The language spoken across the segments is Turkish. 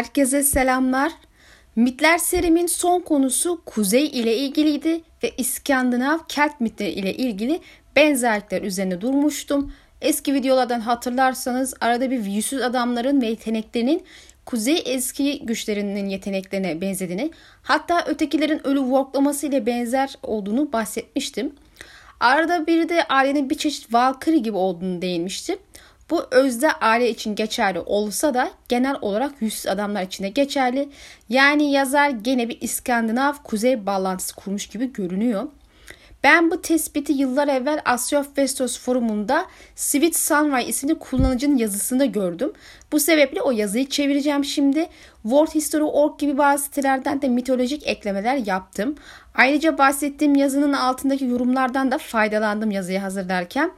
Herkese selamlar. Mitler serimin son konusu Kuzey ile ilgiliydi ve İskandinav Kelt mitleri ile ilgili benzerlikler üzerine durmuştum. Eski videolardan hatırlarsanız arada bir yüzsüz adamların ve yeteneklerinin Kuzey eski güçlerinin yeteneklerine benzediğini, hatta ötekilerin ölü worklaması ile benzer olduğunu bahsetmiştim. Arada bir de ailenin bir çeşit Valkyrie gibi olduğunu değinmiştim. Bu özde aile için geçerli olsa da genel olarak yüzsüz adamlar için de geçerli. Yani yazar gene bir İskandinav kuzey bağlantısı kurmuş gibi görünüyor. Ben bu tespiti yıllar evvel Asya Festos forumunda Sweet Sunrise isimli kullanıcının yazısında gördüm. Bu sebeple o yazıyı çevireceğim şimdi. Worldhistory.org gibi bazı sitelerden de mitolojik eklemeler yaptım. Ayrıca bahsettiğim yazının altındaki yorumlardan da faydalandım yazıyı hazırlarken.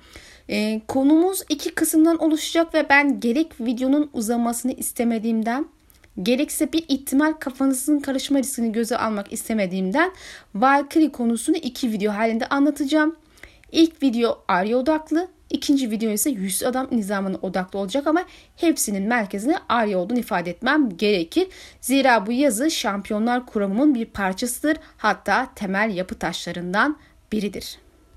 Konumuz iki kısımdan oluşacak ve ben gerek videonun uzamasını istemediğimden, gerekse bir ihtimal kafanızın karışma riskini göze almak istemediğimden Valkyrie konusunu iki video halinde anlatacağım. İlk video Arya odaklı, ikinci video ise yüzsüz adam nizamına odaklı olacak ama hepsinin merkezine Arya olduğunu ifade etmem gerekir. Zira bu yazı Şampiyonlar Kuramı'nın bir parçasıdır, hatta temel yapı taşlarından biridir.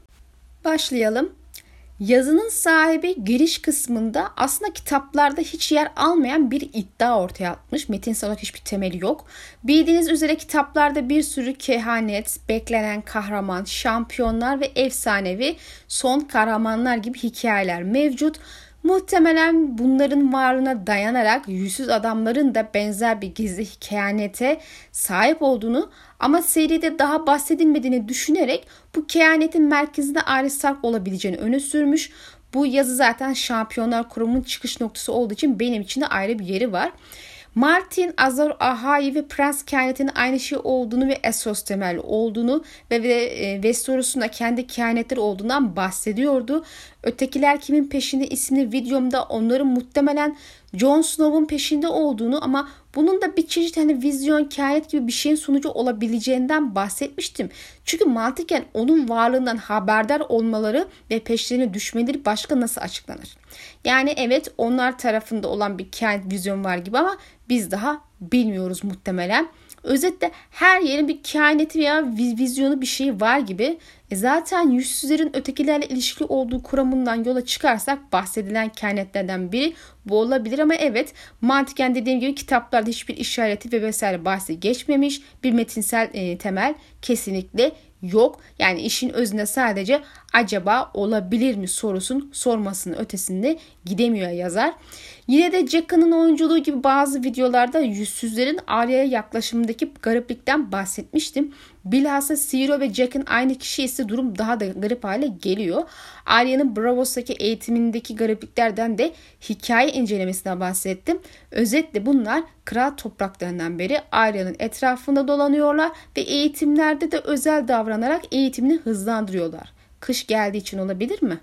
Başlayalım. Yazının sahibi giriş kısmında aslında kitaplarda hiç yer almayan bir iddia ortaya atmış. Metinsel olarak hiçbir temeli yok. Bildiğiniz üzere kitaplarda bir sürü kehanet, beklenen kahraman, şampiyonlar ve efsanevi son kahramanlar gibi hikayeler mevcut. Muhtemelen bunların varlığına dayanarak yüzsüz adamların da benzer bir gizli kehanete sahip olduğunu ama seride daha bahsedilmediğini düşünerek bu kehanetin merkezinde Arya Stark olabileceğini öne sürmüş. Bu yazı zaten Şampiyonlar Kuramı'nın çıkış noktası olduğu için benim için de ayrı bir yeri var. Martin, Azor Ahai ve Prens kehanetinin aynı şey olduğunu ve Essos temelli olduğunu ve Westeros'un da kendi kehanetleri olduğundan bahsediyordu. Ötekiler kimin peşinde isimli videomda onların muhtemelen Jon Snow'un peşinde olduğunu ama bunun da bir çeşit vizyon, kehanet gibi bir şeyin sonucu olabileceğinden bahsetmiştim. Çünkü mantıken onun varlığından haberdar olmaları ve peşlerine düşmeleri başka nasıl açıklanır? Yani evet, onlar tarafında olan bir kehanet, vizyon var gibi ama biz daha bilmiyoruz muhtemelen. Özetle her yerin bir kehaneti veya vizyonu, bir şey var gibi. Zaten yüzsüzlerin ötekilerle ilişkili olduğu kuramından yola çıkarsak bahsedilen kehanetlerden biri bu olabilir ama evet, mantıken dediğim gibi kitaplarda hiçbir işareti ve vesaire bahsi geçmemiş. Bir metinsel temel kesinlikle yok. Yani işin özünde sadece acaba olabilir mi sorusun sormasının ötesinde gidemiyor yazar. Yine de Jacka'nın oyunculuğu gibi bazı videolarda yüzsüzlerin Arya'ya yaklaşımındaki gariplikten bahsetmiştim. Bilhassa Siro ve Jack'ın aynı kişi ise durum daha da garip hale geliyor. Arya'nın Bravos'taki eğitimindeki garipliklerden de hikaye incelemesine bahsettim. Özetle bunlar kral topraklarından beri Arya'nın etrafında dolanıyorlar ve eğitimlerde de özel davranarak eğitimini hızlandırıyorlar. Kış geldiği için olabilir mi?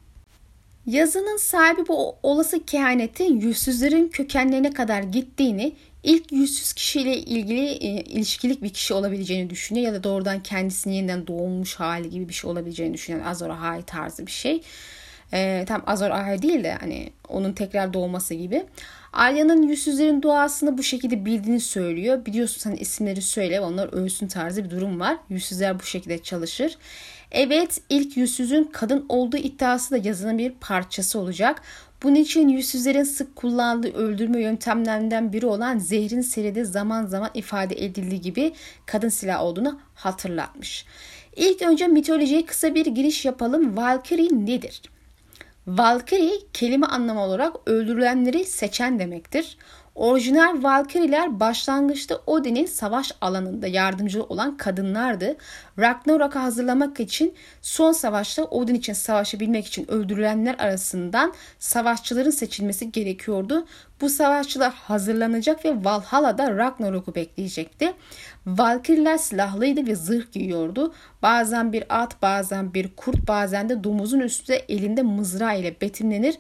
Yazının sahibi bu olası kehanetin yüzsüzlerin kökenlerine kadar gittiğini, ilk yüzsüz kişiyle ilgili ilişkilik bir kişi olabileceğini düşünüyor ya da doğrudan kendisinin yeniden doğmuş hali gibi bir şey olabileceğini düşünüyor. Azor Ahai tarzı bir şey. Tam Azor Ahai değil de onun tekrar doğması gibi. Arya'nın yüzsüzlerin doğasını bu şekilde bildiğini söylüyor. Biliyorsun isimleri söyle, onlar ölsün tarzı bir durum var. Yüzsüzler bu şekilde çalışır. Evet, ilk yüzsüzün kadın olduğu iddiası da yazının bir parçası olacak. Bunun için yüzsüzlerin sık kullandığı öldürme yöntemlerinden biri olan zehrin seride zaman zaman ifade edildiği gibi kadın silah olduğunu hatırlatmış. İlk önce mitolojiye kısa bir giriş yapalım. Valkyrie nedir? Valkyrie kelime anlamı olarak öldürülenleri seçen demektir. Orijinal Valkyrie'ler başlangıçta Odin'in savaş alanında yardımcı olan kadınlardı. Ragnarok'a hazırlamak için son savaşta Odin için savaşabilmek için öldürülenler arasından savaşçıların seçilmesi gerekiyordu. Bu savaşçılar hazırlanacak ve Valhalla'da Ragnarok'u bekleyecekti. Valkyrie'ler silahlıydı ve zırh giyiyordu. Bazen bir at, bazen bir kurt, bazen de domuzun üstünde elinde mızrağı ile betimlenir.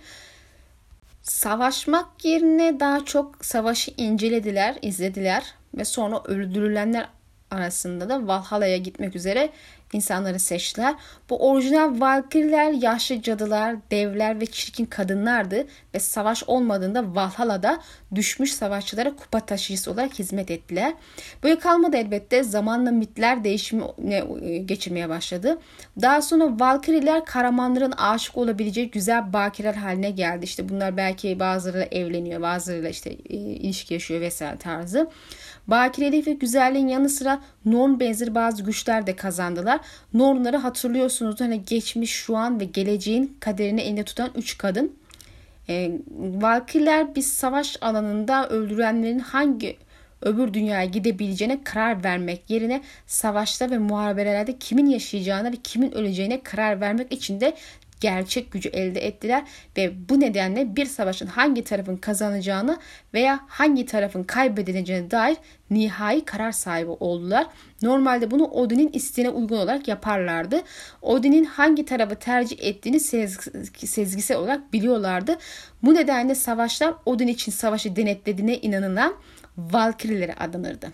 Savaşmak yerine daha çok savaşı izlediler ve sonra öldürülenler arasında da Valhalla'ya gitmek üzere insanları seçtiler. Bu orijinal Valkyriler yaşlı cadılar, devler ve çirkin kadınlardı ve savaş olmadığında Valhalla'da düşmüş savaşçılara kupa taşıyıcısı olarak hizmet ettiler. Böyle kalmadı elbette. Zamanla mitler değişimine geçirmeye başladı. Daha sonra Valkyriler kahramanların aşık olabileceği güzel bakireler haline geldi. İşte bunlar belki bazıları evleniyor, bazılarıyla işte ilişki yaşıyor vesaire tarzı. Bakirelik ve güzelliğin yanı sıra Norn benzeri bazı güçler de kazandılar. Nornları hatırlıyorsunuz, hani geçmiş, şu an ve geleceğin kaderini elinde tutan 3 kadın. Valkyriler bir savaş alanında öldürenlerin hangi öbür dünyaya gidebileceğine karar vermek yerine savaşta ve muharebelerde kimin yaşayacağına ve kimin öleceğine karar vermek için de gerçek gücü elde ettiler ve bu nedenle bir savaşın hangi tarafın kazanacağını veya hangi tarafın kaybedileceğine dair nihai karar sahibi oldular. Normalde bunu Odin'in isteğine uygun olarak yaparlardı. Odin'in hangi tarafı tercih ettiğini sezgisel olarak biliyorlardı. Bu nedenle savaşlar Odin için savaşı denetlediğine inanılan Valkyrilere adanırdı.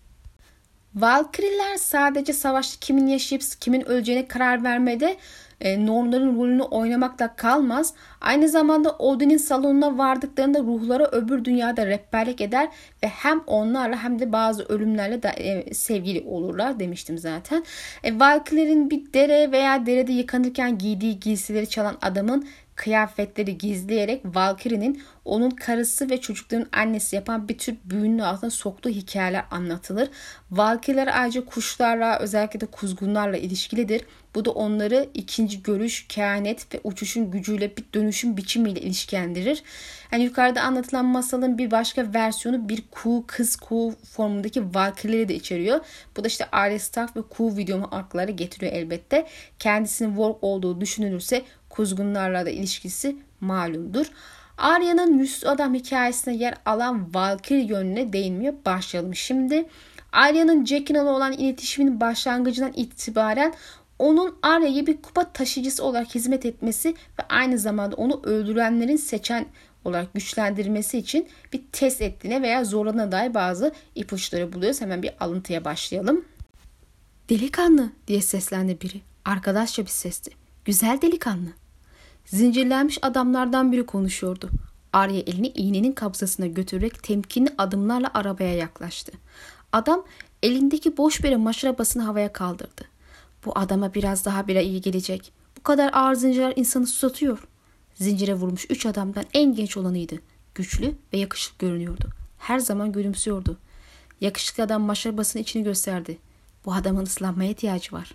Valkyriler sadece savaşta kimin yaşayıp kimin öleceğine karar vermede Nornların rolünü oynamakla kalmaz. Aynı zamanda Odin'in salonuna vardıklarında ruhlara öbür dünyada rehberlik eder ve hem onlarla hem de bazı ölümlerle de sevgili olurlar demiştim zaten. Valkyrilerin bir dere veya derede yıkanırken giydiği giysileri çalan adamın kıyafetleri gizleyerek Valkyrie'nin onun karısı ve çocukların annesi yapan bir tür büyünün altına soktuğu hikayeler anlatılır. Valkyriler ayrıca kuşlarla, özellikle de kuzgunlarla ilişkilidir. Bu da onları ikinci görüş, kehanet ve uçuşun gücüyle bir dönüşüm biçimiyle ilişkilendirir. Yani yukarıda anlatılan masalın bir başka versiyonu bir kuğu, kız kuğu formundaki Valkyrileri de içeriyor. Bu da işte Arya Stark ve kuğu videomu akıllara getiriyor elbette. Kendisinin Warg olduğu düşünülürse kuzgunlarla da ilişkisi malumdur. Arya'nın yüzsüz adam hikayesine yer alan Valkyrie yönüne değinmeye başlayalım şimdi. Arya'nın Jaqen'la olan iletişimin başlangıcından itibaren onun Arya'yı bir kupa taşıyıcısı olarak hizmet etmesi ve aynı zamanda onu öldürenlerin seçen olarak güçlendirmesi için bir test ettiğine veya zorladığına dair bazı ipuçları buluyoruz. Hemen bir alıntıya başlayalım. "Delikanlı," diye seslendi biri. Arkadaşça bir sesti. "Güzel delikanlı." Zincirlenmiş adamlardan biri konuşuyordu. Arya elini iğnenin kabzasına götürerek temkinli adımlarla arabaya yaklaştı. Adam elindeki boş bir maşrabasını havaya kaldırdı. "Bu adama biraz daha bira iyi gelecek. Bu kadar ağır zincirler insanı susatıyor." Zincire vurmuş 3 adamdan en genç olanıydı. Güçlü ve yakışıklı görünüyordu. Her zaman gülümsüyordu. Yakışıklı adam maşrabasının içini gösterdi. "Bu adamın ıslanmaya ihtiyacı var."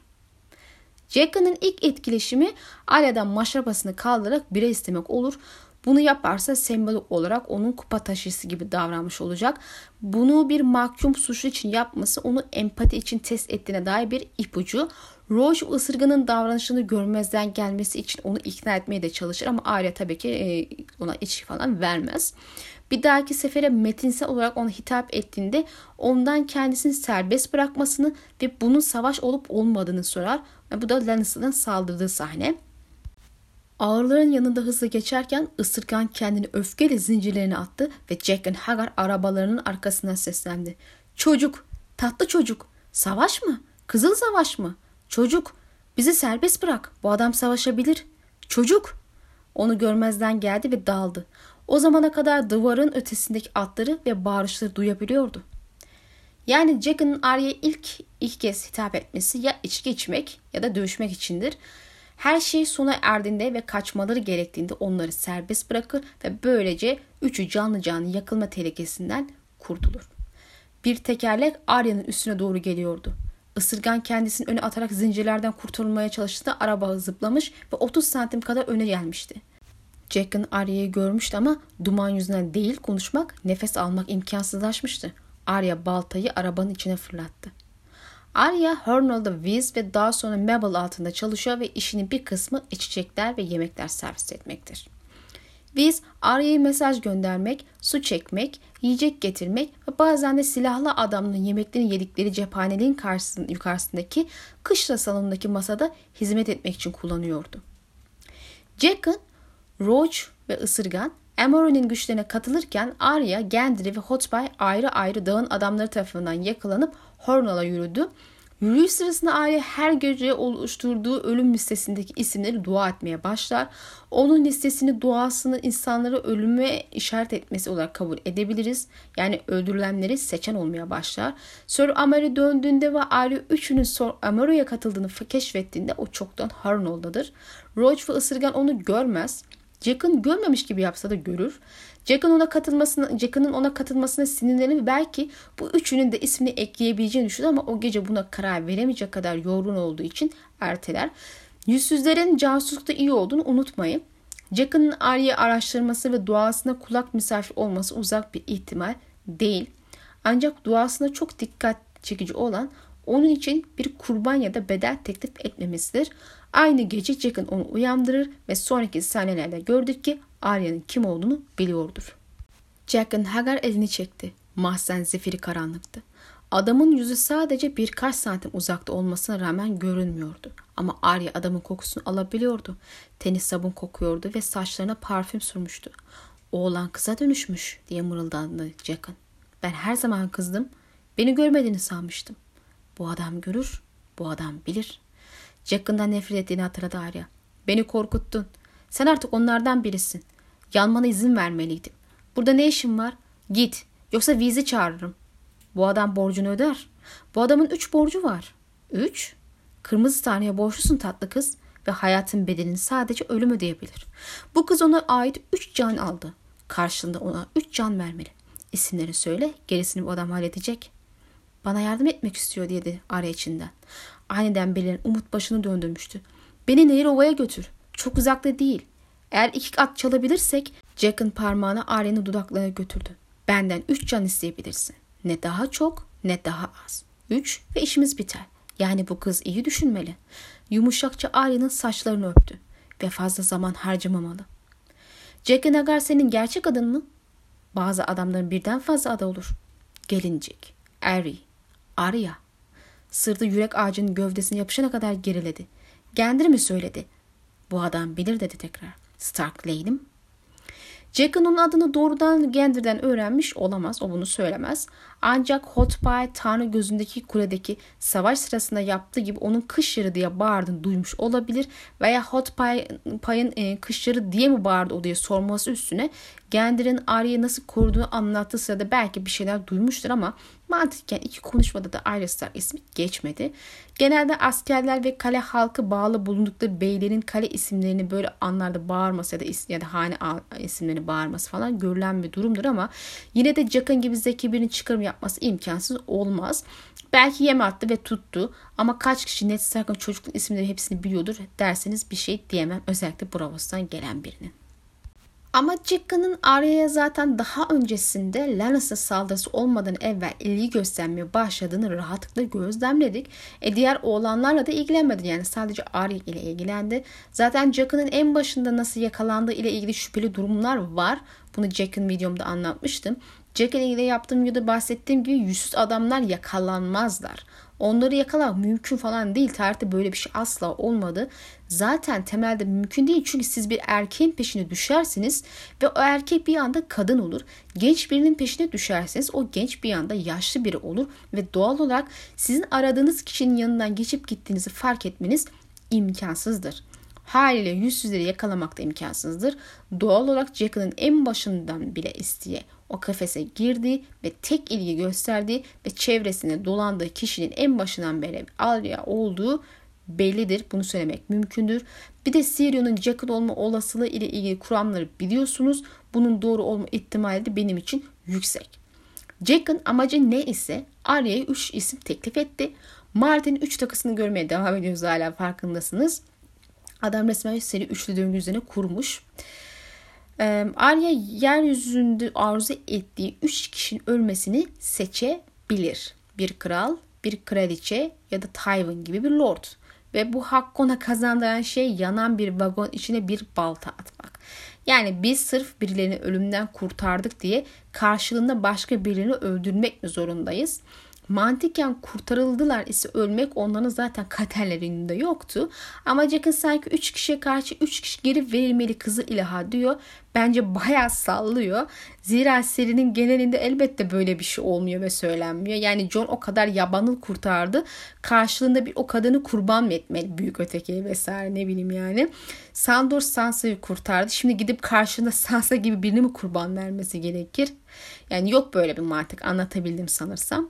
Jaqen'ın ilk etkileşimi Arya'dan maşrabasını kaldırarak bira istemek olur. Bunu yaparsa sembolik olarak onun kupa taşıyıcısı gibi davranmış olacak. Bunu bir mahkum suçlu için yapması onu empati için test ettiğine dair bir ipucu. Roach ısırganın davranışını görmezden gelmesi için onu ikna etmeye de çalışır ama Arya tabii ki ona içki falan vermez. Bir dahaki sefere metinsel olarak ona hitap ettiğinde ondan kendisini serbest bırakmasını ve bunun savaş olup olmadığını sorar. Bu da Lannister'ın saldırdığı sahne. Ağırların yanında hızlı geçerken ısırgan kendini öfkeyle zincirlerine attı ve Jaqen H'ghar arabalarının arkasından seslendi. "Çocuk, tatlı çocuk, savaş mı? Kızıl savaş mı? Çocuk, bizi serbest bırak, bu adam savaşabilir. Çocuk!" Onu görmezden geldi ve daldı. O zamana kadar duvarın ötesindeki atları ve bağırışları duyabiliyordu. Yani Jaqen'ın Arya'ya ilk kez hitap etmesi ya içki içmek ya da dövüşmek içindir. Her şey sona erdiğinde ve kaçmaları gerektiğinde onları serbest bırakır ve böylece üçü canlı canlı yakılma tehlikesinden kurtulur. Bir tekerlek Arya'nın üstüne doğru geliyordu. Isırgan kendisini öne atarak zincirlerden kurtulmaya çalıştığında araba zıplamış ve 30 santim kadar öne gelmişti. Jaqen Arya'yı görmüştü ama duman yüzünden değil, konuşmak, nefes almak imkansızlaşmıştı. Arya baltayı arabanın içine fırlattı. Arya, Hernal'da Viz ve daha sonra Mabel altında çalışıyor ve işinin bir kısmı içecekler ve yemekler servis etmektir. Viz, Arya'ya mesaj göndermek, su çekmek, yiyecek getirmek ve bazen de silahlı adamların yemeklerini yedikleri cephaneliğin yukarısındaki kışla salonundaki masada hizmet etmek için kullanıyordu. Jaqen, Roach ve Isırgan Amory'nin güçlerine katılırken Arya, Gendry ve Hotpie ayrı ayrı dağın adamları tarafından yakalanıp Hornal'a yürüdü. Yürüyüş sırasında Arya her gece oluşturduğu ölüm listesindeki isimleri dua etmeye başlar. Onun listesini, duasını insanları ölüme işaret etmesi olarak kabul edebiliriz. Yani öldürülenleri seçen olmaya başlar. Sir Amari döndüğünde ve Arya üçünün Sir Amari'ye katıldığını keşfettiğinde o çoktan Harrenhal'dadır. Roach ve ısırgan onu görmez. Jaqen görmemiş gibi yapsa da görür. Jaqen'ın ona katılmasına sinirlenir ve belki bu üçünün de ismini ekleyebileceğini düşünür ama o gece buna karar veremeyecek kadar yorgun olduğu için erteler. Yüzsüzlerin casuslukta iyi olduğunu unutmayın. Jaqen'ın Arya'yı araştırması ve duasına kulak misafir olması uzak bir ihtimal değil. Ancak duasına çok dikkat çekici olan onun için bir kurban ya da bedel teklif etmemesidir. Aynı gece Jaqen onu uyandırır ve sonraki sahnelerde gördük ki Arya'nın kim olduğunu biliyordur. Jaqen Hagar elini çekti. Mahzen zifiri karanlıktı. Adamın yüzü sadece birkaç santim uzakta olmasına rağmen görünmüyordu. Ama Arya adamın kokusunu alabiliyordu. Teni sabun kokuyordu ve saçlarına parfüm sürmüştü. Oğlan kıza dönüşmüş diye mırıldandı Jaqen. Ben her zaman kızdım. Beni görmediğini sanmıştım. Bu adam görür, bu adam bilir. Jaqen'dan nefret ettiğini hatırladı Arya. Beni korkuttun. Sen artık onlardan birisin. Yanmana izin vermeliydim. Burada ne işin var? Git. Yoksa Vizi çağırırım. Bu adam borcunu öder. Bu adamın 3 borcu var. 3? Kırmızı Tanrı'ya borçlusun tatlı kız ve hayatın bedelini sadece ölüm ödeyebilir. Bu kız ona ait 3 can aldı. Karşılığında ona 3 can vermeli. İsimlerini söyle, gerisini bu adam halledecek. Bana yardım etmek istiyor dedi Arya içinden. Aniden belirlen umut başını döndürmüştü. Beni Nehir-Ova'ya götür. Çok uzakta değil. Eğer 2 at çalabilirsek Jaqen parmağını Arya'nın dudaklarına götürdü. Benden 3 can isteyebilirsin. Ne daha çok ne daha az. 3 ve işimiz biter. Yani bu kız iyi düşünmeli. Yumuşakça Arya'nın saçlarını öptü. Ve fazla zaman harcamamalı. Jaqen Hagar senin gerçek adın mı? Bazı adamların birden fazla adı olur. Gelincik, Eri, Arya. Sırtı yürek ağacının gövdesine yapışana kadar geriledi. Gendry mi söyledi? Bu adam bilir dedi tekrar. Stark Lane'im. Jaqen onun adını doğrudan Gendry'den öğrenmiş olamaz. O bunu söylemez. Ancak Hot Pie Tanrı gözündeki kuledeki savaş sırasında yaptığı gibi onun kış yarı diye bağırdığını duymuş olabilir. Veya Hot Pie'ın kış yarı diye mi bağırdı o diye sorması üstüne Gendry'nin Arya'yı nasıl koruduğunu anlattığı sırada belki bir şeyler duymuştur ama mantıken iki konuşmada da Arya Stark ismi geçmedi. Genelde askerler ve kale halkı bağlı bulundukları beylerin kale isimlerini böyle anlarda bağırması ya da hane isimlerini bağırması falan görülen bir durumdur ama yine de Jaqen gibi zeki birinin çıkarım yapması imkansız olmaz. Belki yem attı ve tuttu ama kaç kişi Ned Stark'ın çocukluk isimleri hepsini biliyordur derseniz bir şey diyemem. Özellikle Bravos'tan gelen birinin. Ama Jaqen'ın Arya'ya zaten daha öncesinde Lannister saldırısı olmadan evvel ilgi göstermeye başladığını rahatlıkla gözlemledik. Diğer oğlanlarla da ilgilenmedi. Yani sadece Arya ile ilgilendi. Zaten Jaqen'ın en başında nasıl yakalandığı ile ilgili şüpheli durumlar var. Bunu Jaqen videomda anlatmıştım. Jaqen ile yaptığım videoda bahsettiğim gibi yüzsüz adamlar yakalanmazlar. Onları yakalamak mümkün falan değil. Tarihte böyle bir şey asla olmadı. Zaten temelde mümkün değil. Çünkü siz bir erkeğin peşine düşersiniz ve o erkek bir anda kadın olur. Genç birinin peşine düşerseniz o genç bir anda yaşlı biri olur. Ve doğal olarak sizin aradığınız kişinin yanından geçip gittiğinizi fark etmeniz imkansızdır. Haliyle yüzsüzleri yakalamak da imkansızdır. Doğal olarak Jaqen'ın en başından bile isteye o kafese girdiği ve tek ilgi gösterdiği ve çevresinde dolandığı kişinin en başından beri Arya olduğu bellidir. Bunu söylemek mümkündür. Bir de Tyrion'un Jaqen olma olasılığı ile ilgili kuramları biliyorsunuz. Bunun doğru olma ihtimali de benim için yüksek. Jaqen amacı ne ise Arya'ya 3 isim teklif etti. Martin'in 3 takısını görmeye devam ediyoruz, hala farkındasınız. Adam resmen seri üçlü döngü üzerine kurmuş. Arya yeryüzünde arzu ettiği 3 kişinin ölmesini seçebilir. Bir kral, bir kraliçe ya da Tywin gibi bir lord. Ve bu hakkı ona kazandıran şey yanan bir vagon içine bir balta atmak. Yani biz sırf birilerini ölümden kurtardık diye karşılığında başka birilerini öldürmek mi zorundayız? Mantıken kurtarıldılar ise ölmek onların zaten kaderlerinde yoktu. Ama Jaqen sanki 3 kişiye karşı 3 kişi geri verilmeli Kızıl İlaha diyor. Bence bayağı sallıyor. Zira serinin genelinde elbette böyle bir şey olmuyor ve söylenmiyor. Yani Jon o kadar yabanıl kurtardı. Karşılığında bir o kadını kurban mı etmeli büyük ötekiye vesaire ne bileyim yani. Sandor Sansa'yı kurtardı. Şimdi gidip karşında Sansa gibi birini mi kurban vermesi gerekir? Yani yok böyle bir mantık, anlatabildim sanırsam.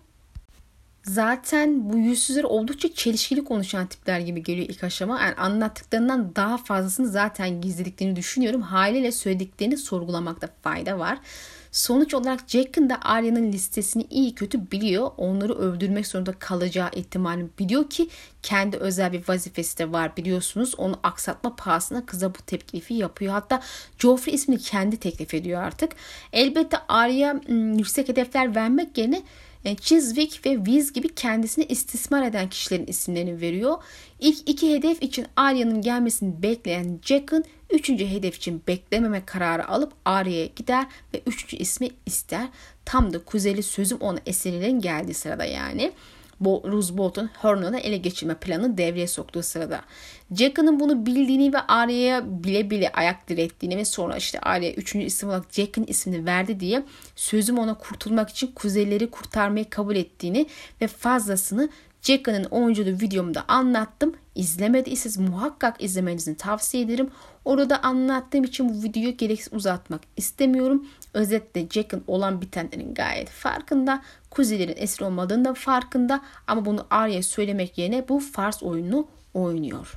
Zaten bu yüzsüzler oldukça çelişkili konuşan tipler gibi geliyor ilk aşama. Yani anlattıklarından daha fazlasını zaten gizlediklerini düşünüyorum. Haliyle söylediklerini sorgulamakta fayda var. Sonuç olarak Jaqen de Arya'nın listesini iyi kötü biliyor. Onları öldürmek zorunda kalacağı ihtimalini biliyor ki kendi özel bir vazifesi de var biliyorsunuz. Onu aksatma pahasına kıza bu teklifi yapıyor. Hatta Joffrey ismini kendi teklif ediyor artık. Elbette Arya yüksek hedefler vermek yerine Chiswick ve Viz gibi kendisini istismar eden kişilerin isimlerini veriyor. İlk iki hedef için Arya'nın gelmesini bekleyen Jaqen, üçüncü hedef için beklememe kararı alıp Arya'ya gider ve üçüncü ismi ister. Tam da Kuzeyli sözüm ona esirlerin geldiği sırada yani. Roose Bolton Horn'u ele geçirme planını devreye soktuğu sırada. Jaqen'ın bunu bildiğini ve Arya'ya bile bile ayak direttiğini ve sonra işte Arya 3. isim olarak Jaqen ismini verdi diye sözüm ona kurtulmak için Kuzeyleri kurtarmayı kabul ettiğini ve fazlasını Jaqen'ın oyunculuğu videomda anlattım. İzlemediyseniz muhakkak izlemenizi tavsiye ederim. Orada anlattığım için bu videoyu gereksiz uzatmak istemiyorum. Özetle Jaqen olan bitenlerin gayet farkında. Kuzeylerin esir olmadığında farkında. Ama bunu Arya'ya söylemek yerine bu farz oyununu oynuyor.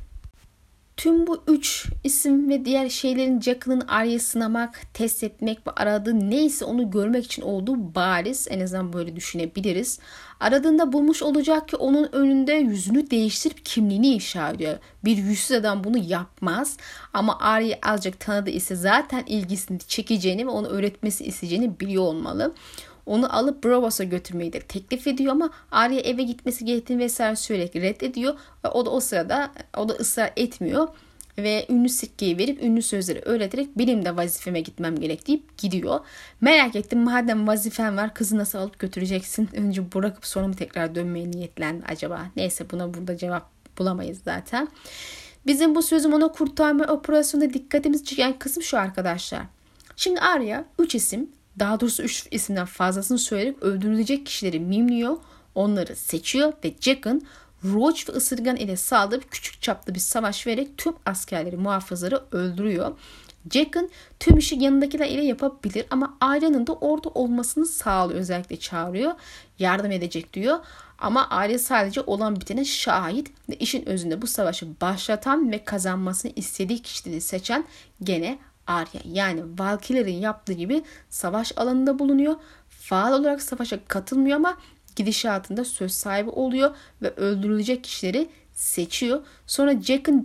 Tüm bu 3 isim ve diğer şeylerin Jaqen'ın Arya'yı sınamak, test etmek ve aradığı neyse onu görmek için olduğu bariz. En azından böyle düşünebiliriz. Aradığında bulmuş olacak ki onun önünde yüzünü değiştirip kimliğini ifşa ediyor. Bir yüzsüz adam bunu yapmaz. Ama Arya'yı azıcık tanıdığı ise zaten ilgisini çekeceğini ve onu öğretmesi isteyeceğini biliyor olmalı. Onu alıp Bravos'a götürmeyi de teklif ediyor ama Arya eve gitmesi gerektiğini vesaire söyleyerek reddediyor. Ve o da o sırada ısrar etmiyor. Ve ünlü sikkeyi verip ünlü sözleri öğreterek benim de vazifeme gitmem gerek deyip gidiyor. Merak ettim, madem vazifen var kızı nasıl alıp götüreceksin? Önce bırakıp sonra mı tekrar dönmeye niyetlendi acaba? Neyse, buna burada cevap bulamayız zaten. Bizim bu sözüm ona kurtarma operasyonunda dikkatimizi çeken kısım şu arkadaşlar. Şimdi Arya 3 isim, daha doğrusu 3 isimden fazlasını söyleyerek öldürülecek kişileri mimliyor. Onları seçiyor ve Jaqen Roach ve ısırgan ile saldırıp küçük çaplı bir savaş vererek tüm askerleri, muhafızları öldürüyor. Jaqen tüm işi yanındakiler ile yapabilir ama Arya'nın da orada olmasını sağlıyor. Özellikle çağırıyor. Yardım edecek diyor. Ama Arya sadece olan bitene şahit ve işin özünde bu savaşı başlatan ve kazanmasını istediği kişileri seçen gene Arya. Yani Valkyrie'nin yaptığı gibi savaş alanında bulunuyor. Faal olarak savaşa katılmıyor ama gidişatında söz sahibi oluyor ve öldürülecek kişileri seçiyor. Sonra Jaqen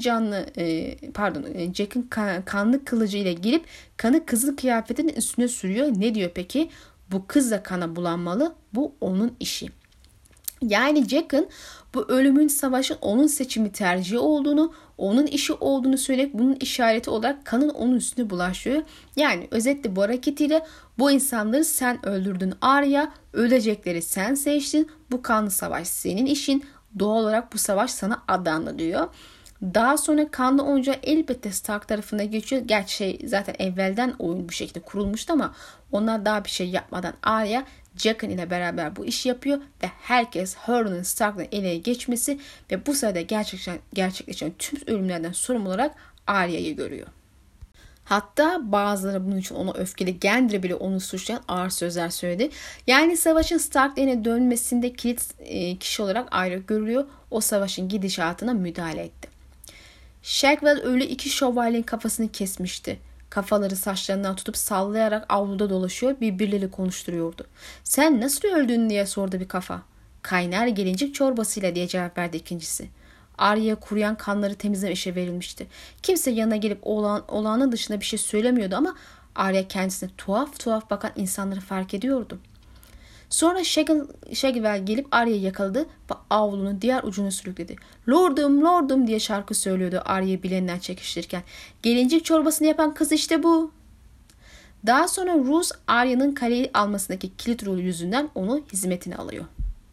kanlı kılıcı ile girip kanı kızıl kıyafetinin üstüne sürüyor. Ne diyor peki? Bu kız da kana bulanmalı. Bu onun işi. Yani Jaqen bu ölümün, savaşın onun seçimi, tercihi olduğunu, onun işi olduğunu söyleyerek bunun işareti olarak kanın onun üstüne bulaşıyor. Yani özetle bu hareketiyle bu insanları sen öldürdün Arya, ölecekleri sen seçtin, bu kanlı savaş senin işin, doğal olarak bu savaş sana adandı diyor. Daha sonra kanlı oyuncu elbette Stark tarafına geçiyor. Gerçi zaten evvelden oyun bu şekilde kurulmuştu ama onlar daha bir şey yapmadan Arya Jaqen ile beraber bu işi yapıyor ve herkes Hörn'ün Stark'ın ele geçmesi ve bu sırada gerçekleşen tüm ölümlerden sorumlu olarak Arya'yı görüyor. Hatta bazıları bunun için ona öfkeli, Gendry bile onu suçlayan ağır sözler söyledi. Yani savaşın Stark'larına dönmesinde kilit kişi olarak Arya görülüyor. O savaşın gidişatına müdahale etti. Shackwell ölü 2 şövalyenin kafasını kesmişti. Kafaları saçlarından tutup sallayarak avluda dolaşıyor, birbirleriyle konuşturuyordu. "Sen nasıl öldün?" diye sordu bir kafa. "Kaynar gelincik çorbasıyla," diye cevap verdi ikincisi. Arya'ya kuruyan kanları temizleme işe verilmişti. Kimse yanına gelip olağanın dışında bir şey söylemiyordu ama Arya kendisine tuhaf tuhaf bakan insanları fark ediyordu. Sonra Shackwell gelip Arya'yı yakaladı ve avlunun diğer ucunu sürükledi. "Lordum, lordum," diye şarkı söylüyordu Arya'yı bileninden çekiştirirken. "Gelincik çorbasını yapan kız işte bu." Daha sonra Roose Arya'nın kaleyi almasındaki kilit rolü yüzünden onu hizmetine alıyor.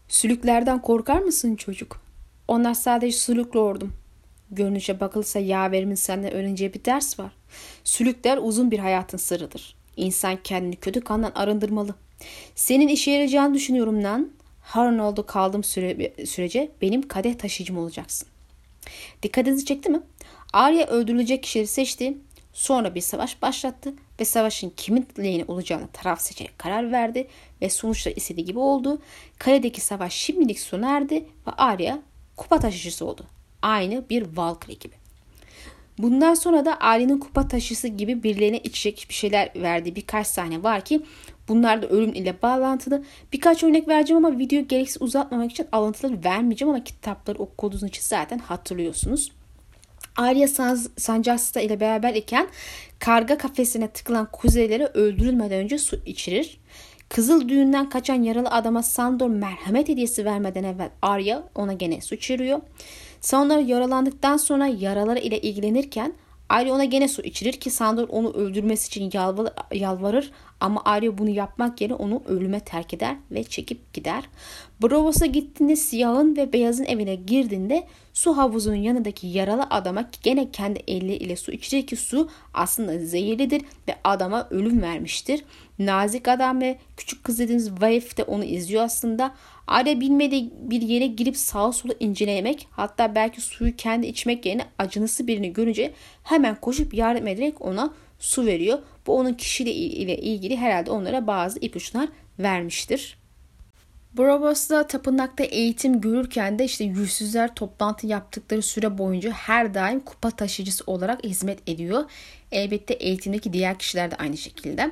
Sülüklerden korkar mısın çocuk? Onlar sadece sülük lordum. Görünüşe bakılırsa yaverimin senden öğreneceği bir ders var. Sülükler uzun bir hayatın sırrıdır. İnsan kendini kötü kandan arındırmalı. Senin işe yarayacağını düşünüyorum lan. Harnold'da kaldığım sürece benim kadeh taşıyıcım olacaksın. Dikkatinizi çekti mi? Arya öldürülecek kişileri seçti. Sonra bir savaş başlattı ve savaşın kimin lehine olacağını taraf seçerek karar verdi ve sonuçta istediği gibi oldu. Kaledeki savaş şimdilik sona erdi ve Arya kupa taşıyıcısı oldu. Aynı bir Valkyrie gibi. Bundan sonra da Arya'nın kupa taşısı gibi birilerine içecek bir şeyler verdiği birkaç sahne var ki bunlar da ölüm ile bağlantılı. Birkaç örnek vereceğim ama videoyu gereksiz uzatmamak için alıntıları vermeyeceğim ama kitapları okuduğunuz için zaten hatırlıyorsunuz. Arya Sanjasta ile beraber iken karga kafesine tıkılan kuzeyleri öldürülmeden önce su içirir. Kızıl düğünden kaçan yaralı adama Sandor merhamet hediyesi vermeden evvel Arya ona gene su içiriyor. Sandor yaralandıktan sonra yaraları ile ilgilenirken Arya ona gene su içirir ki Sandor onu öldürmesi için yalvarır ama Arya bunu yapmak yerine onu ölüme terk eder ve çekip gider. Bravos'a gittiğinde siyahın ve beyazın evine girdiğinde su havuzunun yanındaki yaralı adama gene kendi elleriyle su içirir ki su aslında zehirlidir ve adama ölüm vermiştir. Nazik adam ve küçük kız dediğimiz Waif de onu izliyor aslında. Arya bilmediği bir yere girip sağa sola incelemek, hatta belki suyu kendi içmek yerine acınası birini görünce hemen koşup yardım ederek ona su veriyor. Bu onun kişiliğiyle ilgili herhalde onlara bazı ipuçlar vermiştir. Bravos'ta tapınakta eğitim görürken de işte yüzsüzler toplantı yaptıkları süre boyunca her daim kupa taşıyıcısı olarak hizmet ediyor. Elbette eğitimdeki diğer kişiler de aynı şekilde.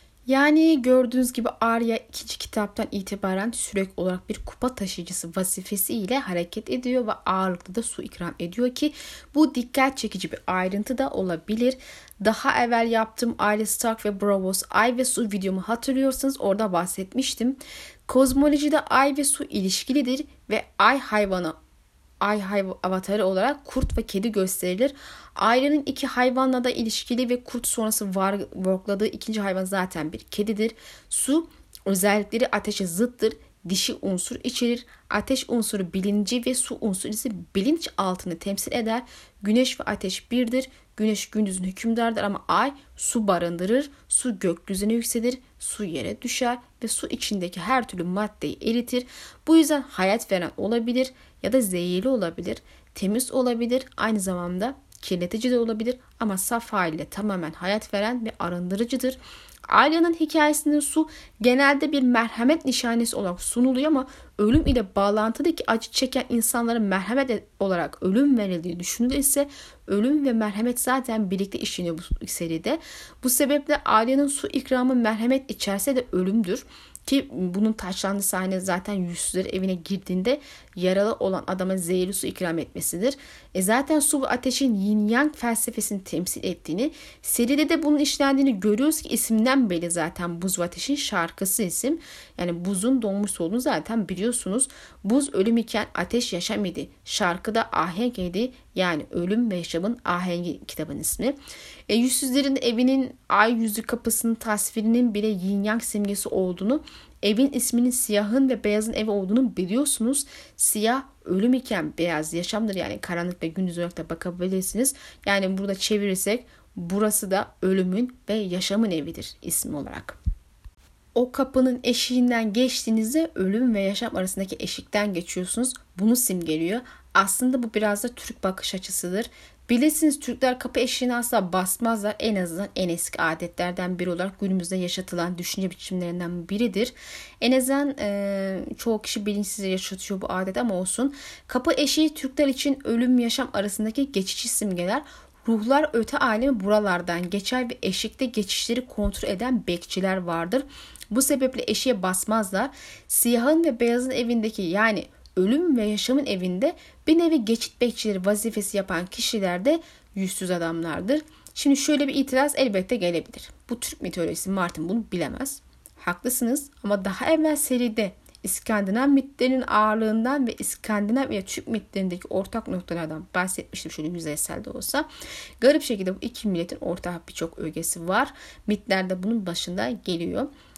Yani gördüğünüz gibi Arya 2. kitaptan itibaren sürekli olarak bir kupa taşıyıcısı vazifesiyle hareket ediyor ve ağırlıklı da su ikram ediyor ki bu dikkat çekici bir ayrıntı da olabilir. Daha evvel yaptığım Arya Stark ve Braavos Ay ve Su videomu hatırlıyorsanız orada bahsetmiştim. Kozmolojide ay ve su ilişkilidir ve ay avatarı olarak kurt ve kedi gösterilir. Ailenin iki hayvanla da ilişkili ve kurt sonrası workladığı ikinci hayvan zaten bir kedidir. Su özellikleri ateşe zıttır. Dişi unsur içerir. Ateş unsuru bilinci ve su unsuru ise bilinç altını temsil eder. Güneş ve ateş birdir. Güneş gündüzün hükümdardır ama ay su barındırır. Su gökyüzüne yükselir. Su yere düşer ve su içindeki her türlü maddeyi eritir. Bu yüzden hayat veren olabilir ya da zehirli olabilir. Temiz olabilir. Aynı zamanda kirletici de olabilir ama saf haliyle tamamen hayat veren ve arındırıcıdır. Arya'nın hikayesinde su genelde bir merhamet nişanesi olarak sunuluyor ama ölüm ile bağlantılı ki acı çeken insanlara merhamet olarak ölüm verildiği düşünülürse ölüm ve merhamet zaten birlikte işleniyor bu seride. Bu sebeple Arya'nın su ikramı merhamet içerse de ölümdür. Ki bunun taşlandığı sahne zaten yüzsüzler evine girdiğinde yaralı olan adama zehirli su ikram etmesidir. Zaten su ve ateşin yin yang felsefesini temsil ettiğini, seride de bunun işlendiğini görüyoruz ki isimden belli zaten buz ve ateşin şarkısı isim. Yani buzun donmuş olduğunu zaten biliyorsunuz. Buz ölüm iken ateş yaşam idi. Şarkıda ahenk idi. Yani ölüm ve yaşamın ahengi kitabın ismi. Yüzsüzlerin evinin ay yüzü kapısının tasvirinin bile yin yang simgesi olduğunu, evin isminin siyahın ve beyazın evi olduğunu biliyorsunuz. Siyah ölüm iken beyaz yaşamdır, yani karanlık ve gündüz olarak da bakabilirsiniz. Yani burada çevirirsek burası da ölümün ve yaşamın evidir ismi olarak. O kapının eşiğinden geçtiğinizde ölüm ve yaşam arasındaki eşikten geçiyorsunuz. Bunu simgeliyor. Aslında bu biraz da Türk bakış açısıdır. Bilirsiniz Türkler kapı eşiğine asla basmazlar. En azından en eski adetlerden biri olarak günümüzde yaşatılan düşünce biçimlerinden biridir. En azından çoğu kişi bilinçsizce yaşatıyor bu adet ama olsun. Kapı eşiği Türkler için ölüm yaşam arasındaki geçici simgeler. Ruhlar öte alemi buralardan geçer ve eşikte geçişleri kontrol eden bekçiler vardır. Bu sebeple eşiğe basmazlar. Siyahın ve beyazın evindeki yani ölüm ve yaşamın evinde bir nevi geçit bekçileri vazifesi yapan kişiler de yüzsüz adamlardır. Şimdi şöyle bir itiraz elbette gelebilir. Bu Türk mitolojisi, Martin bunu bilemez. Haklısınız ama daha evvel seride İskandinav mitlerinin ağırlığından ve İskandinav ve Türk mitlerindeki ortak noktalardan bahsetmiştim şöyle yüzeysel de olsa. Garip şekilde bu iki milletin ortak birçok ögesi var. Mitlerde bunun başında geliyor.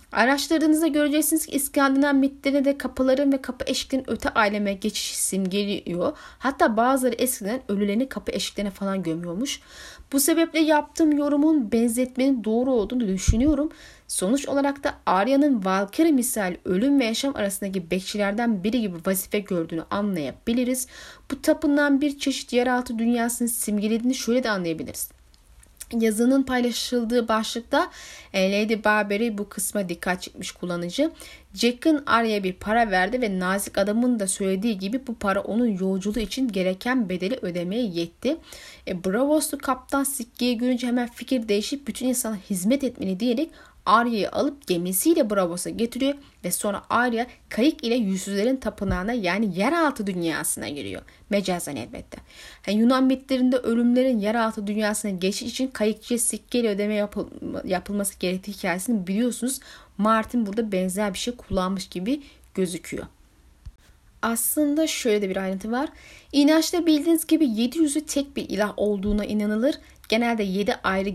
Araştırdığınızda göreceksiniz ki İskandinav mitlerinde de kapıların ve kapı eşiklerinin öte aleme geçişi simgeliyor. Hatta bazıları eskiden ölülerini kapı eşiklerine falan gömüyormuş. Bu sebeple yaptığım yorumun benzetmenin doğru olduğunu düşünüyorum. Sonuç olarak da Arya'nın Valkyrie misali ölüm ve yaşam arasındaki bekçilerden biri gibi vazife gördüğünü anlayabiliriz. Bu tapınağın bir çeşit yeraltı dünyasını simgelediğini şöyle de anlayabiliriz. Yazının paylaşıldığı başlıkta Lady Barberry bu kısma dikkat çekmiş kullanıcı. Jack'ın Arya'ya bir para verdi ve nazik adamın da söylediği gibi bu para onun yolculuğu için gereken bedeli ödemeye yetti. Bravoslu kaptan Sikki'yi görünce hemen fikir değişip bütün insana hizmet etmeni diyerek Arya'yı alıp gemisiyle Bravos'a getiriyor ve sonra Arya kayık ile yüzsüzlerin tapınağına yani yeraltı dünyasına giriyor. Mecazen elbette. Yunan mitlerinde ölümlerin yeraltı dünyasına geçiş için kayıkçıya sikkeyle ödeme yapılması gerektiği hikayesini biliyorsunuz. Martin burada benzer bir şey kullanmış gibi gözüküyor. Aslında şöyle de bir ayrıntı var. İnançta bildiğiniz gibi 700'ü tek bir ilah olduğuna inanılır. Genelde 7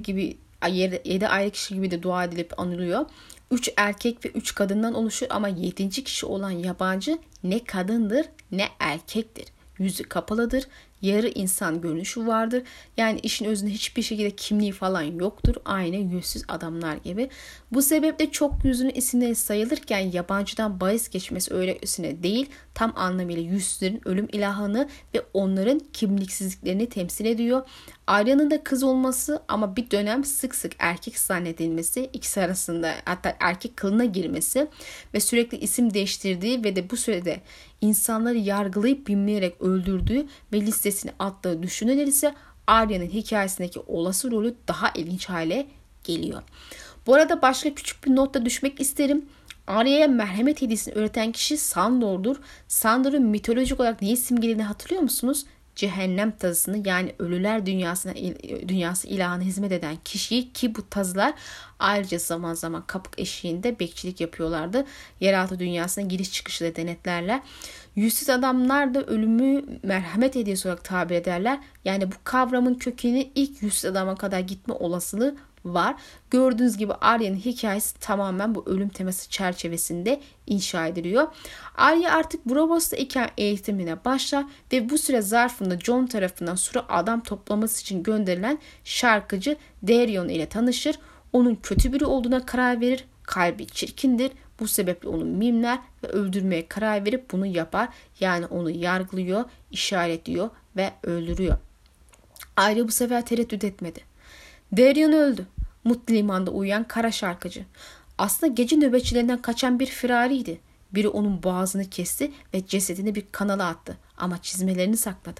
ayrı kişi gibi de dua edilip anılıyor. 3 erkek ve 3 kadından oluşur ama 7. kişi olan yabancı ne kadındır ne erkektir. Yüzü kapalıdır. Yarı insan görünüşü vardır. Yani işin özünde hiçbir şekilde kimliği falan yoktur. Aynı yüzsüz adamlar gibi. Bu sebeple çok yüzünün isimleri sayılırken yabancıdan bahis geçmesi öylesine değil. Tam anlamıyla yüzsüzlerin ölüm ilahını ve onların kimliksizliklerini temsil ediyor. Arya'nın da kız olması ama bir dönem sık sık erkek zannedilmesi, ikisi arasında hatta erkek kılına girmesi ve sürekli isim değiştirdiği ve de bu sürede insanları yargılayıp binleyerek öldürdüğü ve listesine attığı düşünülen ise Arya'nın hikayesindeki olası rolü daha ilginç hale geliyor. Bu arada başka küçük bir notla düşmek isterim. Arya'ya merhamet hediyesini öğreten kişi Sandor'dur. Sandor'un mitolojik olarak neyi simgelediğini hatırlıyor musunuz? Cehennem tazısını yani ölüler dünyası ilahına hizmet eden kişiyi ki bu tazılar ayrıca zaman zaman kapık eşiğinde bekçilik yapıyorlardı. Yeraltı dünyasına giriş çıkışı da denetlerler. Yüzsüz adamlar da ölümü merhamet hediyesi olarak tabir ederler. Yani bu kavramın kökeni ilk yüzsüz adama kadar gitme olasılığı var. Gördüğünüz gibi Arya'nın hikayesi tamamen bu ölüm teması çerçevesinde inşa ediliyor. Arya artık Bravos'ta iken eğitimine başlar ve bu süre zarfında Jon tarafından sürü adam toplaması için gönderilen şarkıcı Daeron ile tanışır. Onun kötü biri olduğuna karar verir. Kalbi çirkindir. Bu sebeple onu mimler ve öldürmeye karar verip bunu yapar. Yani onu yargılıyor, işaretliyor ve öldürüyor. Arya bu sefer tereddüt etmedi. Daeron öldü. Mutlu limanda uyuyan kara şarkıcı. Aslında gece nöbetçilerinden kaçan bir firariydi. Biri onun boğazını kesti ve cesedini bir kanala attı ama çizmelerini sakladı.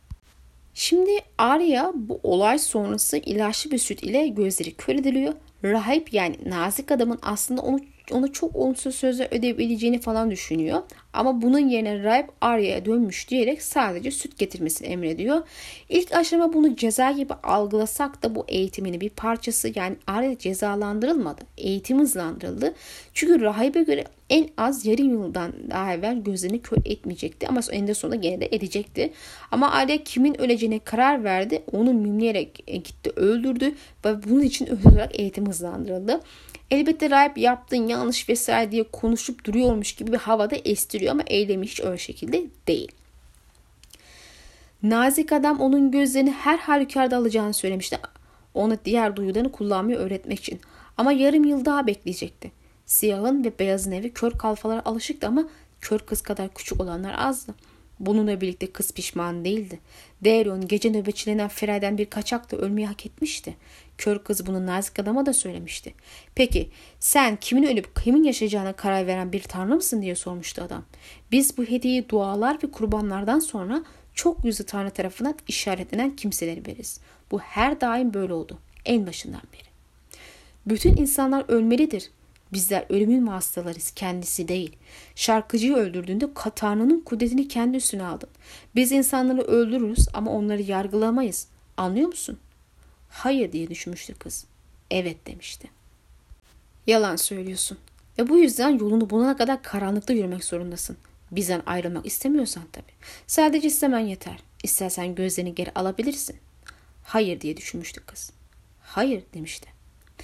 Şimdi Arya bu olay sonrası ilaçlı bir süt ile gözleri kör ediliyor. Rahip yani nazik adamın aslında onu çok olumsuz sözler ödeyebileceğini falan düşünüyor. Ama bunun yerine rahip Arya'ya dönmüş diyerek sadece süt getirmesini emrediyor. İlk aşama bunu ceza gibi algılasak da bu eğitimin bir parçası. Yani Arya cezalandırılmadı. Eğitim hızlandırıldı. Çünkü rahibe göre en az yarım yıldan daha evvel gözlerini kör etmeyecekti. Ama eninde sonunda gene de edecekti. Ama Arya kimin öleceğine karar verdi. Onu mimleyerek gitti öldürdü. Ve bunun için özel olarak eğitim hızlandırıldı. Elbette rahip yaptığın yanlış vesaire diye konuşup duruyormuş gibi bir havada estiriyor ama eylemi hiç öyle şekilde değil. Nazik adam onun gözlerini her halükarda alacağını söylemişti. Ona diğer duyularını kullanmayı öğretmek için. Ama yarım yıl daha bekleyecekti. Siyahın ve beyazın evi kör kalfalara alışıktı ama kör kız kadar küçük olanlar azdı. Bununla birlikte kız pişman değildi. Daeron gece nöbetçilerinden Feray'den bir kaçakla ölmeyi hak etmişti. Kör kız bunu nazik adama da söylemişti. Peki sen kimin ölüp kimin yaşayacağına karar veren bir tanrı mısın diye sormuştu adam. Biz bu hediyeyi dualar ve kurbanlardan sonra çok yüzlü tanrı tarafından işaretlenen kimseleri veririz. Bu her daim böyle oldu. En başından beri. Bütün insanlar ölmelidir. Bizler ölümün vasıtalarıyız, kendisi değil. Şarkıcıyı öldürdüğünde Tanrı'nın kudretini kendi üstüne aldın. Biz insanları öldürürüz ama onları yargılamayız. Anlıyor musun? Hayır diye düşünmüştü kız. Evet demişti. Yalan söylüyorsun. Ve bu yüzden yolunu bulana kadar karanlıkta yürümek zorundasın. Bizden ayrılmak istemiyorsan tabii. Sadece istemen yeter. İstersen gözlerini geri alabilirsin. Hayır diye düşünmüştü kız. Hayır demişti.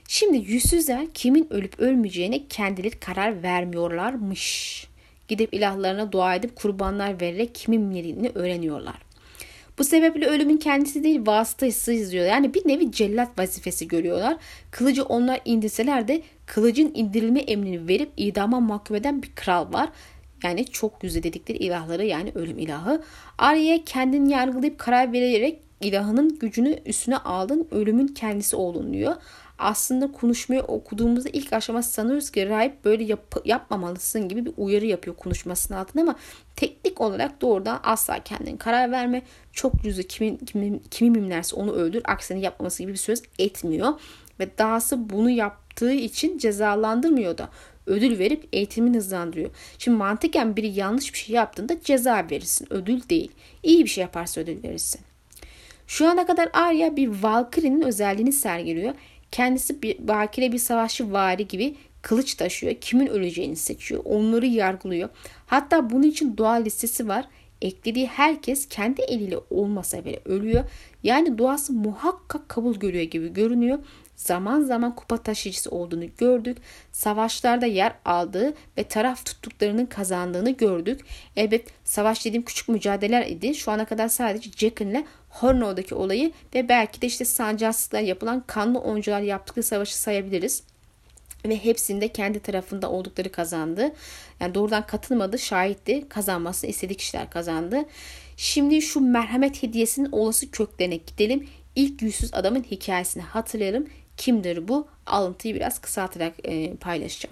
Şimdi yüzsüzler kimin ölüp ölmeyeceğine kendileri karar vermiyorlarmış. Gidip ilahlarına dua edip kurbanlar vererek kimin milletini öğreniyorlar. Bu sebeple ölümün kendisi değil vasıtası izliyor. Yani bir nevi cellat vazifesi görüyorlar. Kılıcı onlar indirseler de kılıcın indirilme emrini verip idama mahkum eden bir kral var. Yani çok yüzü dedikleri ilahları, yani ölüm ilahı. Arya'ya kendini yargılayıp karar vererek ilahının gücünü üstüne aldın, ölümün kendisi oldun diyor. Aslında konuşmayı okuduğumuzda ilk aşama sanıyoruz ki rahip böyle yapmamalısın gibi bir uyarı yapıyor konuşmasının altında, ama teknik olarak doğrudan asla kendine karar verme, çok yüzü kimi mimlerse onu öldür, aksini yapmaması gibi bir söz etmiyor. Ve dahası bunu yaptığı için cezalandırmıyor da ödül verip eğitimini hızlandırıyor. Şimdi mantıken biri yanlış bir şey yaptığında ceza verirsin, ödül değil. İyi bir şey yaparsa ödül verirsin. Şu ana kadar Arya bir Valkyrie'nin özelliğini sergiliyor. Kendisi bir bakire bir savaşçı vari gibi kılıç taşıyor. Kimin öleceğini seçiyor. Onları yargılıyor. Hatta bunun için dua listesi var. Eklediği herkes kendi eliyle olmasa bile ölüyor. Yani duası muhakkak kabul görüyor gibi görünüyor. Zaman zaman kupa taşıyıcısı olduğunu gördük. Savaşlarda yer aldığı ve taraf tuttuklarının kazandığını gördük. Evet, savaş dediğim küçük mücadeleler idi. Şu ana kadar sadece Jaqen ile Hornow'daki olayı ve belki de işte Sancakçılar yapılan kanlı oyuncular yaptıkları savaşı sayabiliriz. Ve hepsinde kendi tarafında oldukları kazandı. Yani doğrudan katılmadı, şahitti. Kazanmasını istediği kişiler kazandı. Şimdi şu merhamet hediyesinin olası köklerine gidelim. İlk yüzsüz adamın hikayesini hatırlayalım. Kimdir bu? Alıntıyı biraz kısaltarak paylaşacağım.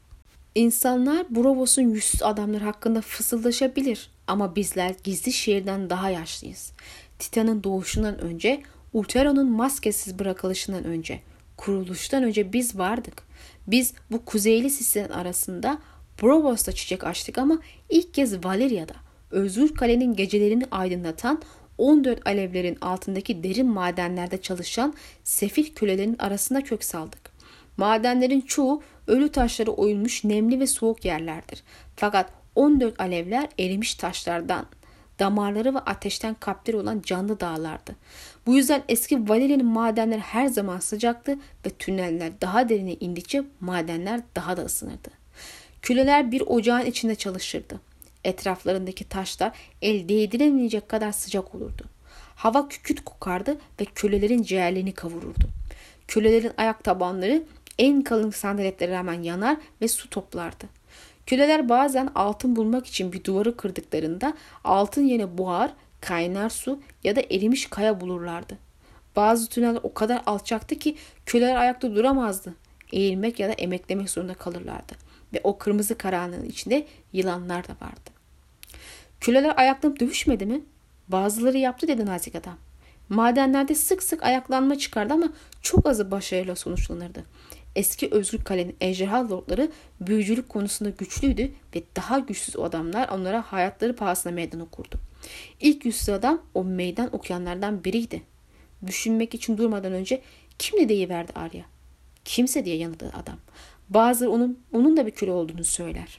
İnsanlar Bravos'un yüzsüz adamları hakkında fısıldaşabilir. Ama bizler gizli şehirden daha yaşlıyız. Titan'ın doğuşundan önce, Ulteron'un maskesiz bırakılışından önce, kuruluştan önce biz vardık. Biz bu kuzeyli sislerin arasında Bravos'ta çiçek açtık ama ilk kez Valeria'da, Özgür Kale'nin gecelerini aydınlatan 14 alevlerin altındaki derin madenlerde çalışan sefil kölelerin arasında kök saldık. Madenlerin çoğu ölü taşları oyulmuş nemli ve soğuk yerlerdir. Fakat 14 alevler erimiş taşlardan, damarları ve ateşten kapları olan canlı dağlardı. Bu yüzden eski Valeria'nın madenleri her zaman sıcaktı ve tüneller daha derine indikçe madenler daha da ısınırdı. Köleler bir ocağın içinde çalışırdı. Etraflarındaki taşlar el değdiremeyecek kadar sıcak olurdu. Hava kükürt kokardı ve kölelerin ciğerlerini kavururdu. Kölelerin ayak tabanları en kalın sandaletlere rağmen yanar ve su toplardı. Köleler bazen altın bulmak için bir duvarı kırdıklarında altın yerine buhar, kaynar su ya da erimiş kaya bulurlardı. Bazı tüneller o kadar alçaktı ki köleler ayakta duramazdı. Eğilmek ya da emeklemek zorunda kalırlardı. Ve o kırmızı karanlığın içinde yılanlar da vardı. Köleler ayaklanıp dövüşmedi mi? Bazıları yaptı dedi nazik adam. Madenlerde sık sık ayaklanma çıkardı ama çok azı başarıyla sonuçlanırdı. Eski Özgür Kale'nin ejderha lordları büyücülük konusunda güçlüydü ve daha güçsüz o adamlar onlara hayatları pahasına meydan okurdu. İlk yüzsüz adam o meydan okuyanlardan biriydi. Düşünmek için durmadan önce kim deyiverdi Arya? Kimse diye yanıtladı adam. Bazıları onun da bir köle olduğunu söyler.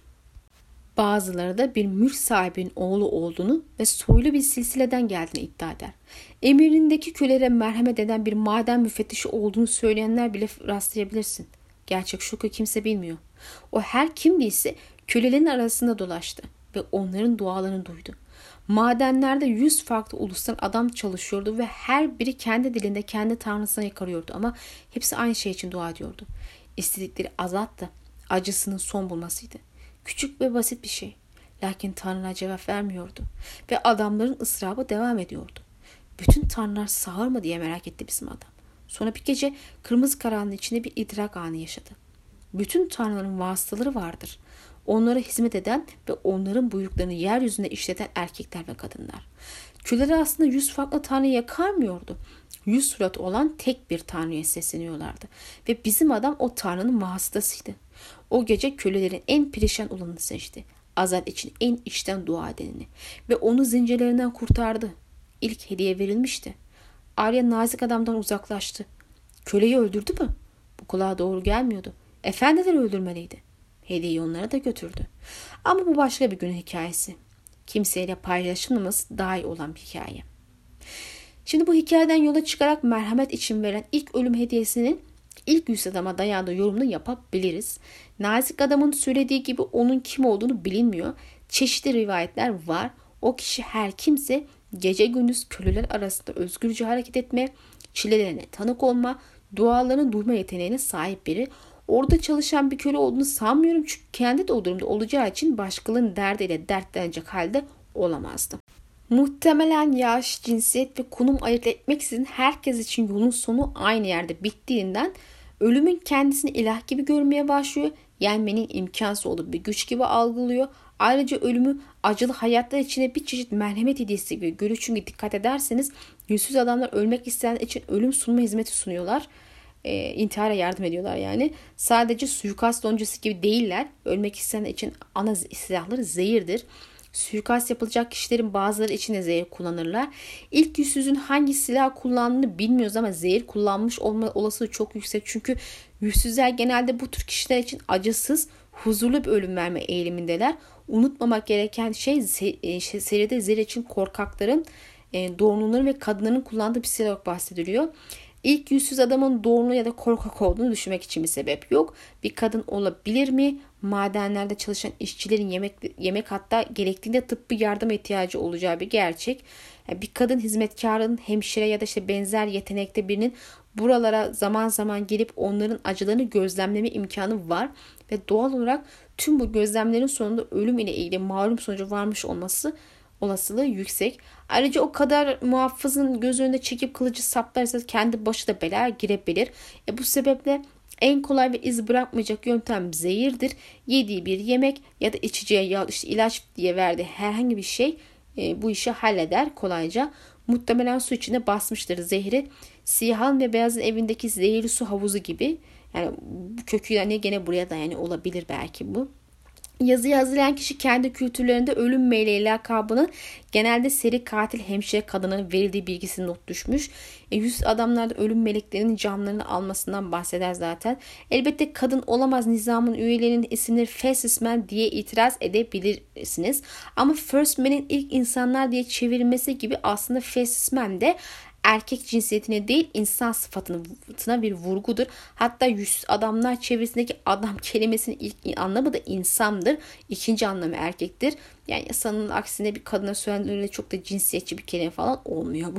Bazıları da bir mülk sahibinin oğlu olduğunu ve soylu bir silsileden geldiğini iddia eder. Emrindeki kölelere merhamet eden bir maden müfettişi olduğunu söyleyenler bile rastlayabilirsin. Gerçek şu ki kimse bilmiyor. O her kim bilse kölelerin arasında dolaştı ve onların dualarını duydu. Madenlerde 100 farklı ulustan adam çalışıyordu ve her biri kendi dilinde kendi tanrısına yakarıyordu ama hepsi aynı şey için dua ediyordu. İstedikleri azattı, acısının son bulmasıydı. Küçük ve basit bir şey. Lakin tanrılar cevap vermiyordu ve adamların ısrarı devam ediyordu. Bütün tanrılar sağır mı diye merak etti bizim adam. Sonra bir gece kırmızı karanlığın içinde bir idrak anı yaşadı. Bütün tanrıların vasıtaları vardır. Onlara hizmet eden ve onların buyruklarını yeryüzünde işleten erkekler ve kadınlar. Köleler aslında 100 farklı tanrıya yakarmıyordu. 100 surat olan tek bir tanrıya sesleniyorlardı. Ve bizim adam o tanrının vasıtasıydı. O gece kölelerin en perişan olanını seçti. Azat için en içten dua edenini. Ve onu zincirlerinden kurtardı. İlk hediye verilmişti. Arya nazik adamdan uzaklaştı. Köleyi öldürdü mü? Bu kulağa doğru gelmiyordu. Efendileri öldürmeliydi. Hediyeyi onlara da götürdü. Ama bu başka bir günün hikayesi. Kimseyle paylaşılmaması daha iyi olan bir hikaye. Şimdi bu hikayeden yola çıkarak merhamet için verilen ilk ölüm hediyesinin İlk yüz adama dayandığı yorumunu yapabiliriz. Nazik adamın söylediği gibi onun kim olduğunu bilinmiyor. Çeşitli rivayetler var. O kişi her kimse gece gündüz köleler arasında özgürce hareket etme, çilelerine tanık olma, dualarını duyma yeteneğine sahip biri. Orada çalışan bir köle olduğunu sanmıyorum çünkü kendi de o durumda olacağı için başkalarının derdiyle dertlenecek halde olamazdı. Muhtemelen yaş, cinsiyet ve konum ayırt etmeksizin herkes için yolun sonu aynı yerde bittiğinden ölümün kendisini ilah gibi görmeye başlıyor. Yenmenin imkansız olduğu bir güç gibi algılıyor. Ayrıca ölümü acılı hayatlar içine bir çeşit merhamet hediyesi gibi görüyor. Çünkü dikkat ederseniz yüzsüz adamlar ölmek isteyenler için ölüm sunma hizmeti sunuyorlar. İntihara yardım ediyorlar yani. Sadece suikast öncesi gibi değiller. Ölmek isteyenler için ana silahları zehirdir. Suikast yapılacak kişilerin bazıları için de zehir kullanırlar. İlk yüzsüzün hangi silah kullandığını bilmiyoruz ama zehir kullanmış olma olasılığı çok yüksek. Çünkü yüzsüzler genelde bu tür kişiler için acısız, huzurlu bir ölüm verme eğilimindeler. Unutmamak gereken şey seride zehir için korkakların, doğrunların ve kadınların kullandığı bir silah bahsediliyor. İlk yüzsüz adamın doğrulu ya da korkak olduğunu düşünmek için bir sebep yok. Bir kadın olabilir mi? Madenlerde çalışan işçilerin yemek hatta gerektiğinde tıbbi yardıma ihtiyacı olacağı bir gerçek. Yani bir kadın hizmetkarının hemşire ya da benzer yetenekte birinin buralara zaman zaman gelip onların acılarını gözlemleme imkanı var. Ve doğal olarak tüm bu gözlemlerin sonunda ölüm ile ilgili malum sonuca varmış olması olasılığı yüksek. Ayrıca o kadar muhafızın göz önünde çekip kılıcı saplarsa kendi başı da belaya girebilir. Bu sebeple en kolay ve iz bırakmayacak yöntem zehirdir. Yediği bir yemek ya da içeceği ya ilaç diye verdiği herhangi bir şey bu işi halleder kolayca. Muhtemelen su içine basmıştır zehri. Siyahın ve beyazın evindeki zehirli su havuzu gibi. Yani bu kökü yani gene buraya da olabilir belki bu. Yazıyı hazırlayan kişi kendi kültürlerinde ölüm meleği lakabının genelde seri katil hemşire kadının verildiği bilgisini not düşmüş. Yüz adamlarda ölüm meleklerinin canlarını almasından bahseder zaten. Elbette kadın olamaz nizamın üyelerinin isimleri Faceless Man diye itiraz edebilirsiniz. Ama First Man'in ilk insanlar diye çevrilmesi gibi aslında Faceless Man de erkek cinsiyetine değil insan sıfatına bir vurgudur. Hatta yüzsüz adamlar çevresindeki adam kelimesinin ilk anlamı da insandır. İkinci anlamı erkektir. Yani yasanın aksine bir kadına söylendiğinde çok da cinsiyetçi bir kelime falan olmuyor bu.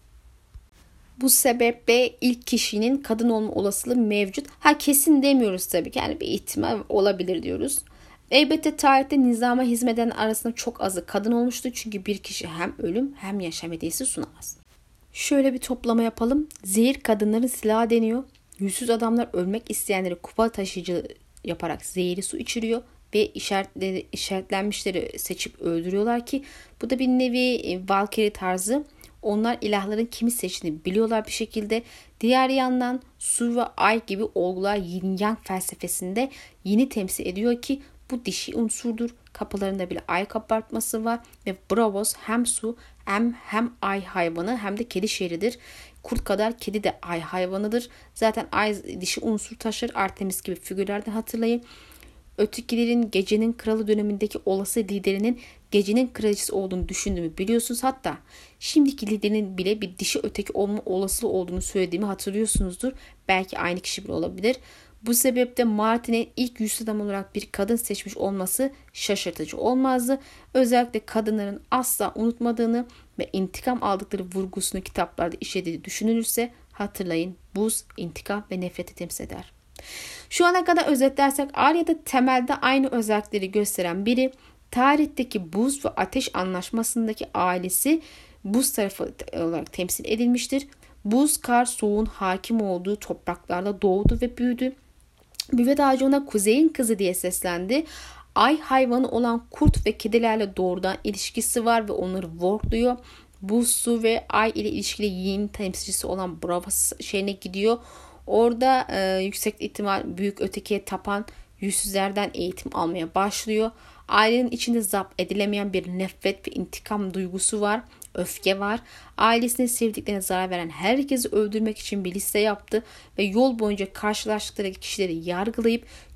Bu sebeple ilk kişinin kadın olma olasılığı mevcut. Kesin demiyoruz tabii ki. Yani bir ihtimal olabilir diyoruz. Elbette tarihte nizama hizmet eden arasında çok azı kadın olmuştu. Çünkü bir kişi hem ölüm hem yaşam hediyesi sunamaz. Şöyle bir toplama yapalım. Zehir kadınların silahı deniyor. Yüzsüz adamlar ölmek isteyenleri kupa taşıyıcı yaparak zehirli su içiriyor ve işaretlenmişleri seçip öldürüyorlar ki bu da bir nevi Valkyrie tarzı. Onlar ilahların kimi seçtiğini biliyorlar bir şekilde. Diğer yandan su ve ay gibi olgular yin yang felsefesinde yeni temsil ediyor ki bu dişi unsurdur. Kapılarında bile ay kabartması var ve Braavos hem su hem ay hayvanı hem de kedi şehridir. Kurt kadar kedi de ay hayvanıdır. Zaten ay dişi unsur taşır. Artemis gibi figürlerden hatırlayın. Ötekilerin gecenin kralı dönemindeki olası liderinin gecenin kraliçesi olduğunu düşündüğümü biliyorsunuz. Hatta şimdiki liderinin bile bir dişi öteki olma olasılığı olduğunu söylediğimi hatırlıyorsunuzdur. Belki aynı kişi bile olabilir. Bu sebeple Martin'in ilk yüz adam olarak bir kadın seçmiş olması şaşırtıcı olmazdı. Özellikle kadınların asla unutmadığını ve intikam aldıkları vurgusunu kitaplarda işlediği düşünülürse hatırlayın buz, intikam ve nefreti temsil eder. Şu ana kadar özetlersek Arya'da temelde aynı özellikleri gösteren biri tarihteki buz ve ateş anlaşmasındaki ailesi buz tarafı olarak temsil edilmiştir. Buz, kar, soğuğun hakim olduğu topraklarda doğdu ve büyüdü. Büvet ağacı ona kuzeyin kızı diye seslendi. Ay hayvanı olan kurt ve kedilerle doğrudan ilişkisi var ve onları workluyor. Buz, su ve ay ile ilişkili yin temsilcisi olan Braavos şehrine gidiyor. Orada yüksek ihtimal büyük ötekiye tapan yüzsüzlerden eğitim almaya başlıyor. Ailenin içinde zapt edilemeyen bir nefret ve intikam duygusu var. Öfke var. Ailesine sevdiklerine zarar veren herkesi öldürmek için bir liste yaptı ve yol boyunca karşılaştıkları kişileri yargılayıp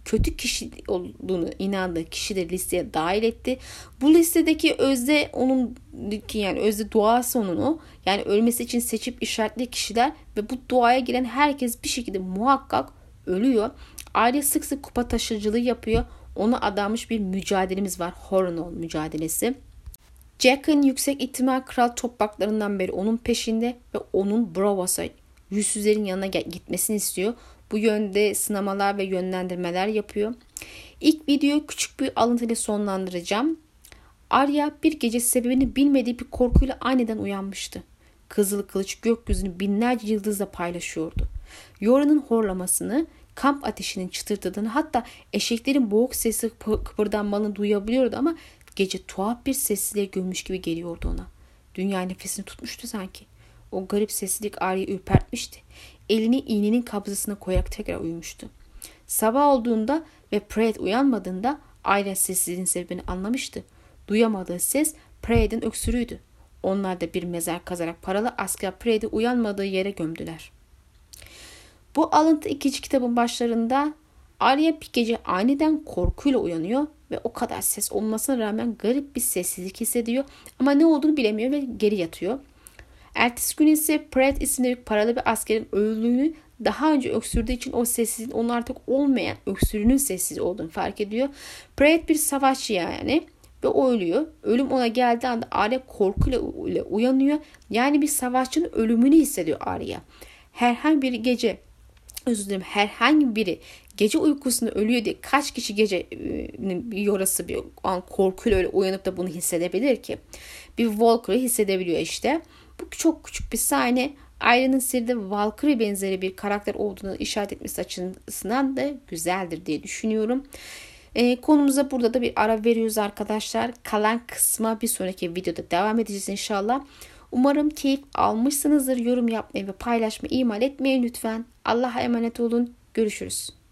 kötü kişi olduğunu inandığı kişileri listeye dahil etti. Bu listedeki özde onun, yani özde duası onun o. Yani ölmesi için seçip işaretli kişiler ve bu duaya giren herkes bir şekilde muhakkak ölüyor. Arya sık sık kupa taşıyıcılığı yapıyor. Ona adanmış bir mücadelemiz var. Hornol mücadelesi. Jaqen yüksek ihtimal kral topraklarından beri onun peşinde ve onun Braavos'a yüzsüzlerin yanına gitmesini istiyor. Bu yönde sınamalar ve yönlendirmeler yapıyor. İlk videoyu küçük bir alıntıyla sonlandıracağım. Arya bir gece sebebini bilmediği bir korkuyla aniden uyanmıştı. Kızıl kılıç gökyüzünü binlerce yıldızla paylaşıyordu. Yora'nın horlamasını, kamp ateşinin çıtırtadığını, hatta eşeklerin boğuk sesi kıpırdanmalarını duyabiliyordu ama gece tuhaf bir sessizliğe gömmüş gibi geliyordu ona. Dünya nefesini tutmuştu sanki. O garip sessizlik Arya'yı ürpertmişti. Elini iğnenin kabzasına koyarak tekrar uyumuştu. Sabah olduğunda ve Pred uyanmadığında Arya sessizliğin sebebini anlamıştı. Duyamadığı ses Pred'in öksürüğüydü. Onlar da bir mezar kazarak paralı asker Pred'i uyanmadığı yere gömdüler. Bu alıntı ikinci kitabın başlarında Arya bir gece aniden korkuyla uyanıyor ve o kadar ses olmasına rağmen garip bir sessizlik hissediyor ama ne olduğunu bilemiyor ve geri yatıyor. Ertesi gün ise Pred isimli paralı bir askerin öldüğünü, daha önce öksürdüğü için o sessizliğin onun artık olmayan öksürüğünün sessiz olduğunu fark ediyor. Pred bir savaşçı yani ve o ölüyor. Ölüm ona geldiği anda Arya korkuyla uyanıyor. Yani bir savaşçının ölümünü hissediyor Arya. Herhangi biri gece uykusunda ölüyor diye kaç kişi gece bir yorası bir an korkuyla öyle uyanıp da bunu hissedebilir ki? Bir Valkyrie hissedebiliyor işte. Bu çok küçük bir sahne. Arya'nın seride Valkyrie benzeri bir karakter olduğunu işaret etmesi açısından da güzeldir diye düşünüyorum. Konumuza burada da bir ara veriyoruz arkadaşlar. Kalan kısma bir sonraki videoda devam edeceğiz inşallah. Umarım keyif almışsınızdır. Yorum yapmayı ve paylaşmayı ihmal etmeyin lütfen. Allah'a emanet olun. Görüşürüz.